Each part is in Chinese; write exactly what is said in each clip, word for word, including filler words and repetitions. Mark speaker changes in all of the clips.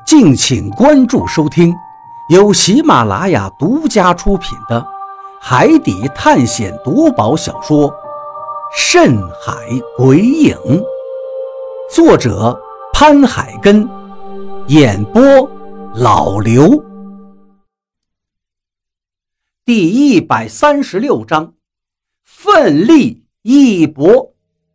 Speaker 1: 敬请关注收听，由喜马拉雅独家出品的海底探险夺宝小说《深海鬼影》，作者潘海根，演播老刘。第一百三十六章，奋力一搏。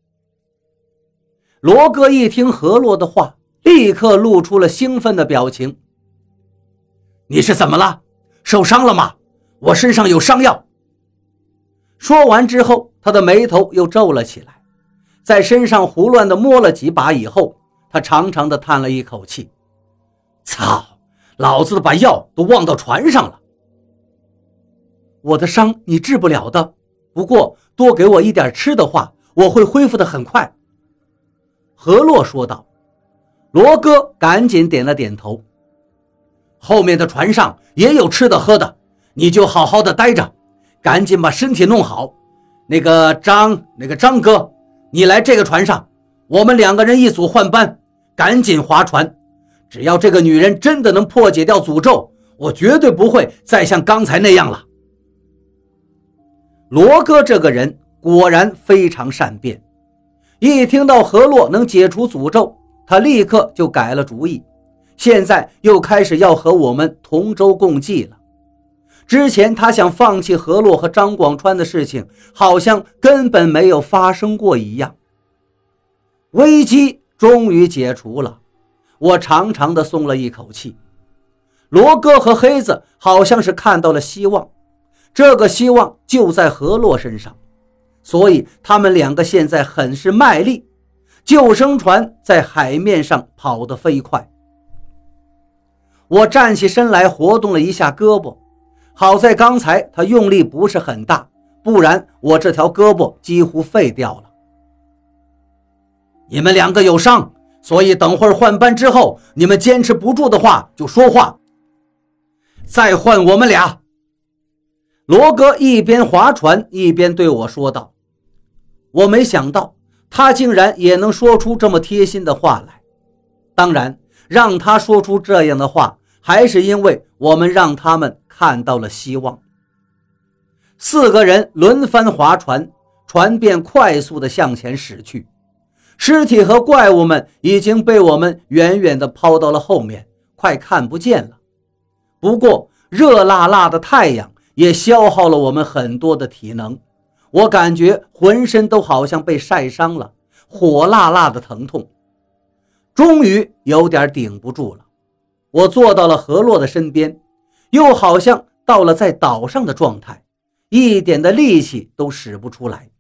Speaker 1: 罗哥一听何洛的话，立刻露出了兴奋的表情。你是怎么了？受伤了吗？我身上有伤药。说完之后，他的眉头又皱了起来，在身上胡乱地摸了几把以后，他长长地叹了一口气。操，老子把药都忘到船上了。我的伤你治不了的，不过多给我一点吃的话，我会恢复得很快。何洛说道。罗哥赶紧点了点头。后面的船上也有吃的喝的，你就好好的待着，赶紧把身体弄好。那个张那个张哥，你来这个船上，我们两个人一组换班，赶紧划船。只要这个女人真的能破解掉诅咒，我绝对不会再像刚才那样了。罗哥这个人果然非常善变，一听到何洛能解除诅咒，他立刻就改了主意，现在又开始要和我们同舟共济了。之前他想放弃何洛和张广川的事情，好像根本没有发生过一样。危机终于解除了，我长长的松了一口气。罗哥和黑子好像是看到了希望，这个希望就在何洛身上，所以他们两个现在很是卖力，救生船在海面上跑得飞快。我站起身来活动了一下胳膊，好在刚才他用力不是很大，不然我这条胳膊几乎废掉了。你们两个有伤，所以等会儿换班之后，你们坚持不住的话就说话，再换我们俩。罗哥一边划船一边对我说道。我没想到他竟然也能说出这么贴心的话来。当然，让他说出这样的话，还是因为我们让他们看到了希望。四个人轮番划船，船便快速地向前驶去。尸体和怪物们已经被我们远远地抛到了后面，快看不见了。不过，热辣辣的太阳也消耗了我们很多的体能，我感觉浑身都好像被晒伤了，火辣辣的疼痛。终于有点顶不住了，我坐到了何洛的身边，又好像到了在岛上的状态，一点的力气都使不出来。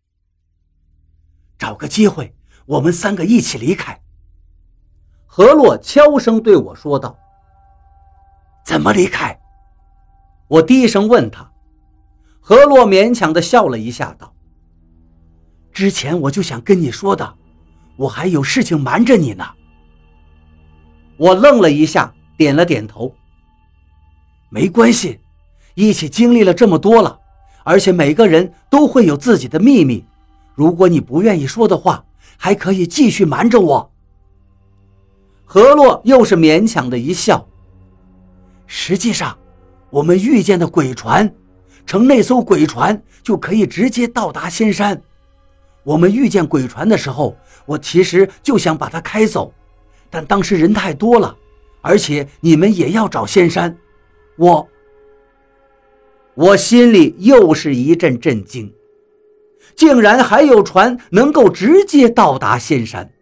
Speaker 1: 找个机会，我们三个一起离开。何洛悄声对我说道。怎么离开？我低声问他。何洛勉强地笑了一下道，之前我就想跟你说的，我还有事情瞒着你呢。我愣了一下，点了点头。没关系，一起经历了这么多了，而且每个人都会有自己的秘密，如果你不愿意说的话，还可以继续瞒着我。何洛又是勉强的一笑。实际上，我们遇见的鬼船，乘那艘鬼船就可以直接到达仙山。我们遇见鬼船的时候，我其实就想把它开走，但当时人太多了，而且你们也要找仙山。我我心里又是一阵震惊，竟然还有船能够直接到达仙山。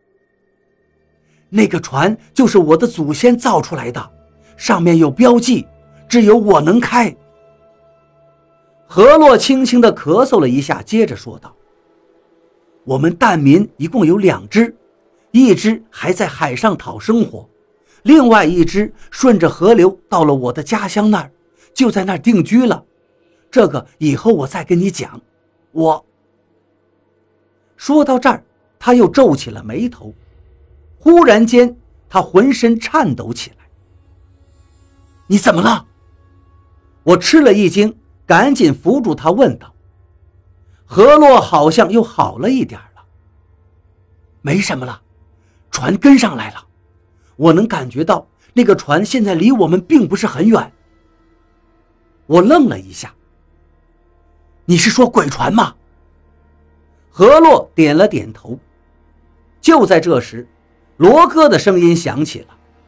Speaker 1: 那个船就是我的祖先造出来的，上面有标记，只有我能开。何洛轻轻地咳嗽了一下，接着说道，我们蛋民一共有两只，一只还在海上讨生活，另外一只顺着河流到了我的家乡那儿，就在那儿定居了。这个以后我再跟你讲。我说到这儿，他又皱起了眉头，忽然间他浑身颤抖起来。你怎么了？我吃了一惊，赶紧扶住他问道。何洛好像又好了一点了。没什么了，船跟上来了， 我能感觉到那个船现在离我们并不是很远。我愣了一下。你是说鬼船吗？何洛点了点头。就在这时，罗哥的声音响起了。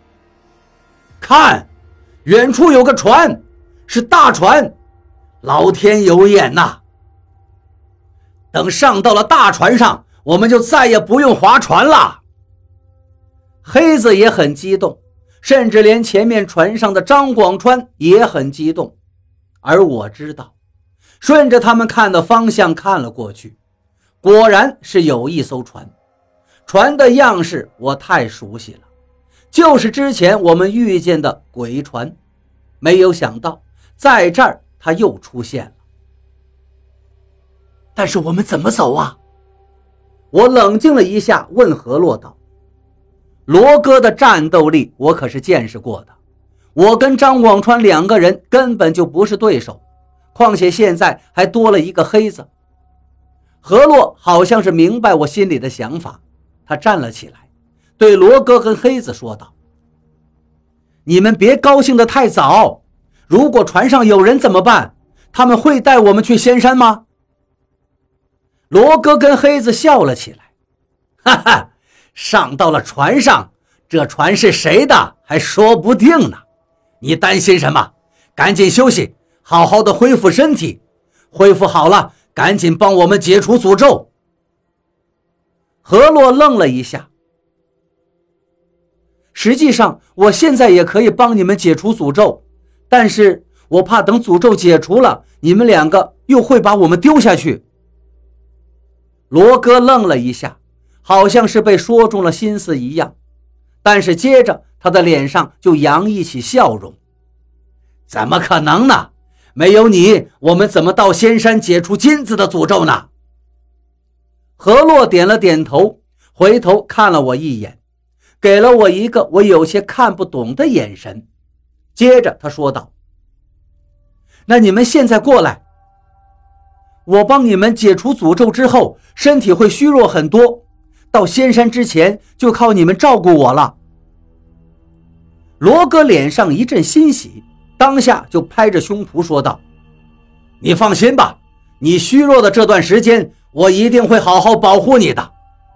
Speaker 1: 看，远处有个船，是大船，老天有眼呐！等上到了大船上，我们就再也不用划船了。黑子也很激动，甚至连前面船上的张广川也很激动。而我知道，顺着他们看的方向看了过去，果然是有一艘船。船的样式我太熟悉了，就是之前我们遇见的鬼船。没有想到在这儿它又出现了。但是我们怎么走啊？我冷静了一下，问何洛道。罗哥的战斗力我可是见识过的，我跟张广川两个人根本就不是对手，况且现在还多了一个黑子。何洛好像是明白我心里的想法，他站了起来，对罗哥跟黑子说道：你们别高兴得太早，如果船上有人怎么办？他们会带我们去仙山吗？罗哥跟黑子笑了起来，哈哈，上到了船上，这船是谁的还说不定呢。你担心什么？赶紧休息，好好的恢复身体，恢复好了赶紧帮我们解除诅咒。何洛愣了一下，实际上我现在也可以帮你们解除诅咒，但是我怕等诅咒解除了，你们两个又会把我们丢下去。罗哥愣了一下，好像是被说中了心思一样，但是接着他的脸上就洋溢起笑容。怎么可能呢？没有你，我们怎么到仙山解除金子的诅咒呢？何洛点了点头，回头看了我一眼，给了我一个我有些看不懂的眼神。接着他说道：那你们现在过来，我帮你们解除诅咒之后，身体会虚弱很多，到仙山之前就靠你们照顾我了。罗哥脸上一阵欣喜，当下就拍着胸脯说道：你放心吧，你虚弱的这段时间，我一定会好好保护你的。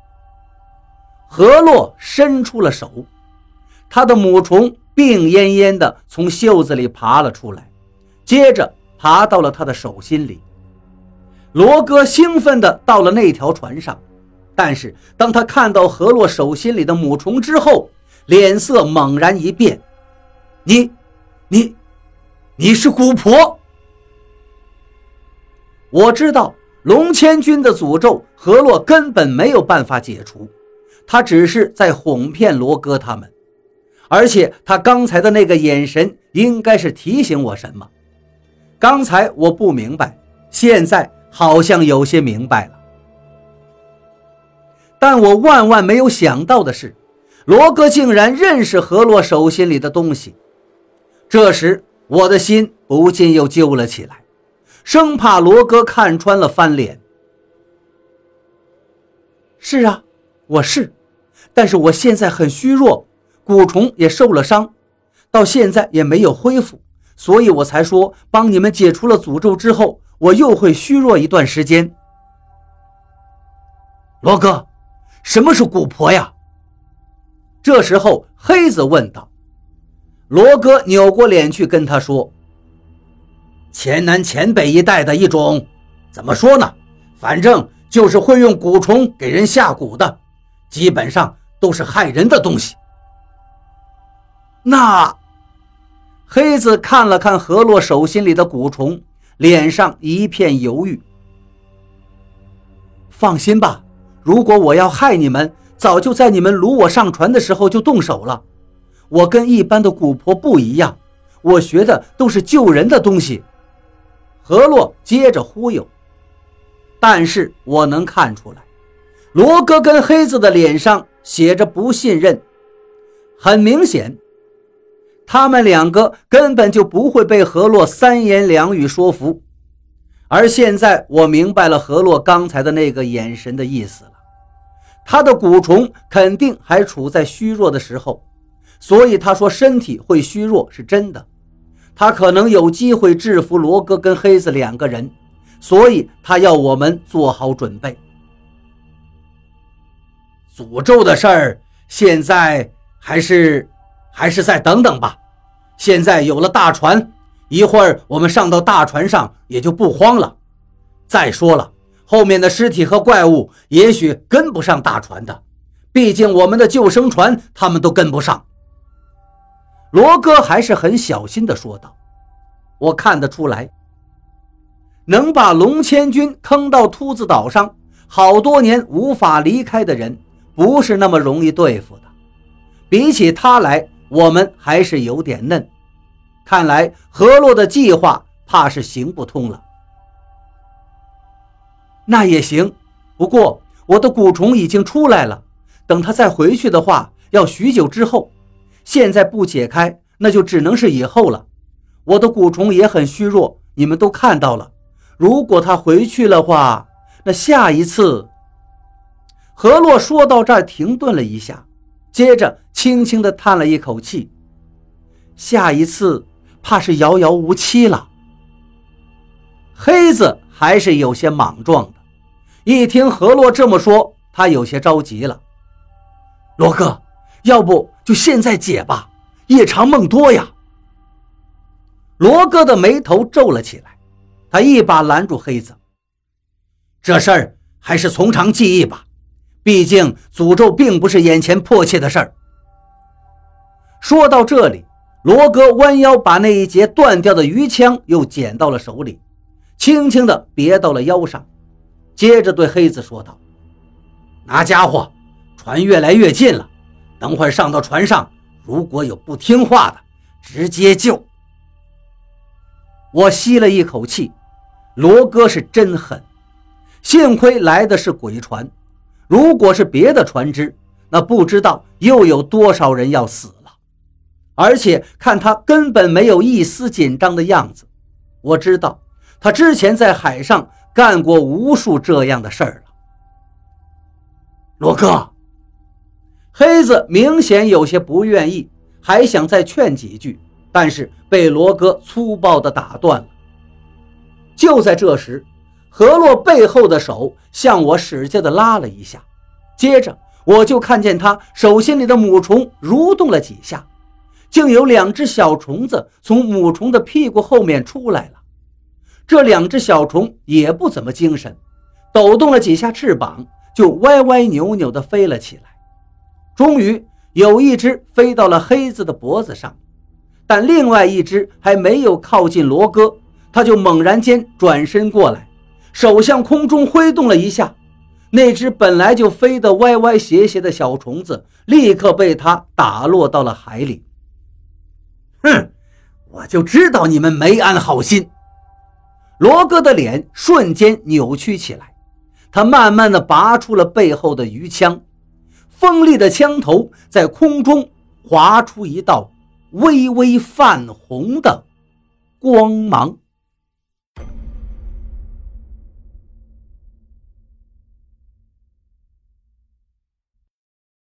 Speaker 1: 何洛伸出了手，他的母虫病恹恹地从袖子里爬了出来，接着爬到了他的手心里。罗哥兴奋地到了那条船上，但是当他看到何洛手心里的母虫之后，脸色猛然一变。你你你是蛊婆！我知道龙千军的诅咒何洛根本没有办法解除，他只是在哄骗罗哥他们，而且他刚才的那个眼神应该是提醒我什么。刚才我不明白，现在好像有些明白了。但我万万没有想到的是，罗哥竟然认识何洛手心里的东西。这时我的心不禁又揪了起来，生怕罗哥看穿了翻脸。是啊，我是，但是我现在很虚弱，蛊虫也受了伤，到现在也没有恢复，所以我才说帮你们解除了诅咒之后，我又会虚弱一段时间。罗哥，什么是蛊婆呀？这时候黑子问道。罗哥扭过脸去跟他说，黔南黔北一带的一种，怎么说呢，反正就是会用蛊虫给人下蛊的，基本上都是害人的东西。那黑子看了看何洛手心里的蛊虫，脸上一片犹豫。放心吧，如果我要害你们，早就在你们掳我上船的时候就动手了。我跟一般的蛊婆不一样，我学的都是救人的东西。何洛接着忽悠，但是我能看出来，罗哥跟黑子的脸上写着不信任，很明显，他们两个根本就不会被何洛三言两语说服。而现在我明白了何洛刚才的那个眼神的意思了，他的蛊虫肯定还处在虚弱的时候， 所以他说身体会虚弱是真的。他可能有机会制服罗哥跟黑子两个人，所以他要我们做好准备。诅咒的事儿，现在还是还是再等等吧。现在有了大船，一会儿我们上到大船上也就不慌了。再说了，后面的尸体和怪物也许跟不上大船的，毕竟我们的救生船他们都跟不上。罗哥还是很小心地说道。我看得出来，能把龙千军坑到秃子岛上好多年无法离开的人，不是那么容易对付的。比起他来，我们还是有点嫩。看来河洛的计划怕是行不通了。那也行，不过我的蛊虫已经出来了，等他再回去的话，要许久之后。现在不解开，那就只能是以后了。我的蛊虫也很虚弱，你们都看到了。如果他回去的话，那下一次……河洛说到这儿停顿了一下，接着轻轻地叹了一口气。下一次怕是遥遥无期了。黑子还是有些莽撞的，一听河洛这么说，他有些着急了。罗哥，要不就现在解吧，夜长梦多呀。罗哥的眉头皱了起来，他一把拦住黑子。这事儿还是从长计议吧，毕竟诅咒并不是眼前迫切的事儿。说到这里，罗哥弯腰把那一截断掉的鱼枪又捡到了手里，轻轻地别到了腰上，接着对黑子说道：拿家伙，船越来越近了，等会儿上到船上，如果有不听话的，直接救。我吸了一口气，罗哥是真狠，幸亏来的是鬼船，如果是别的船只，那不知道又有多少人要死了。而且看他根本没有一丝紧张的样子，我知道他之前在海上干过无数这样的事儿了。罗哥，黑子明显有些不愿意，还想再劝几句，但是被罗哥粗暴地打断了。就在这时，河洛背后的手向我使劲地拉了一下，接着我就看见他手心里的母虫蠕动了几下，竟有两只小虫子从母虫的屁股后面出来了。这两只小虫也不怎么精神，抖动了几下翅膀，就歪歪扭扭地飞了起来。终于有一只飞到了黑子的脖子上，但另外一只还没有靠近罗哥，他就猛然间转身过来，手向空中挥动了一下，那只本来就飞得歪歪斜斜的小虫子立刻被他打落到了海里。哼，我就知道你们没安好心。罗哥的脸瞬间扭曲起来，他慢慢地拔出了背后的鱼枪，锋利的枪头在空中划出一道微微泛红的光芒。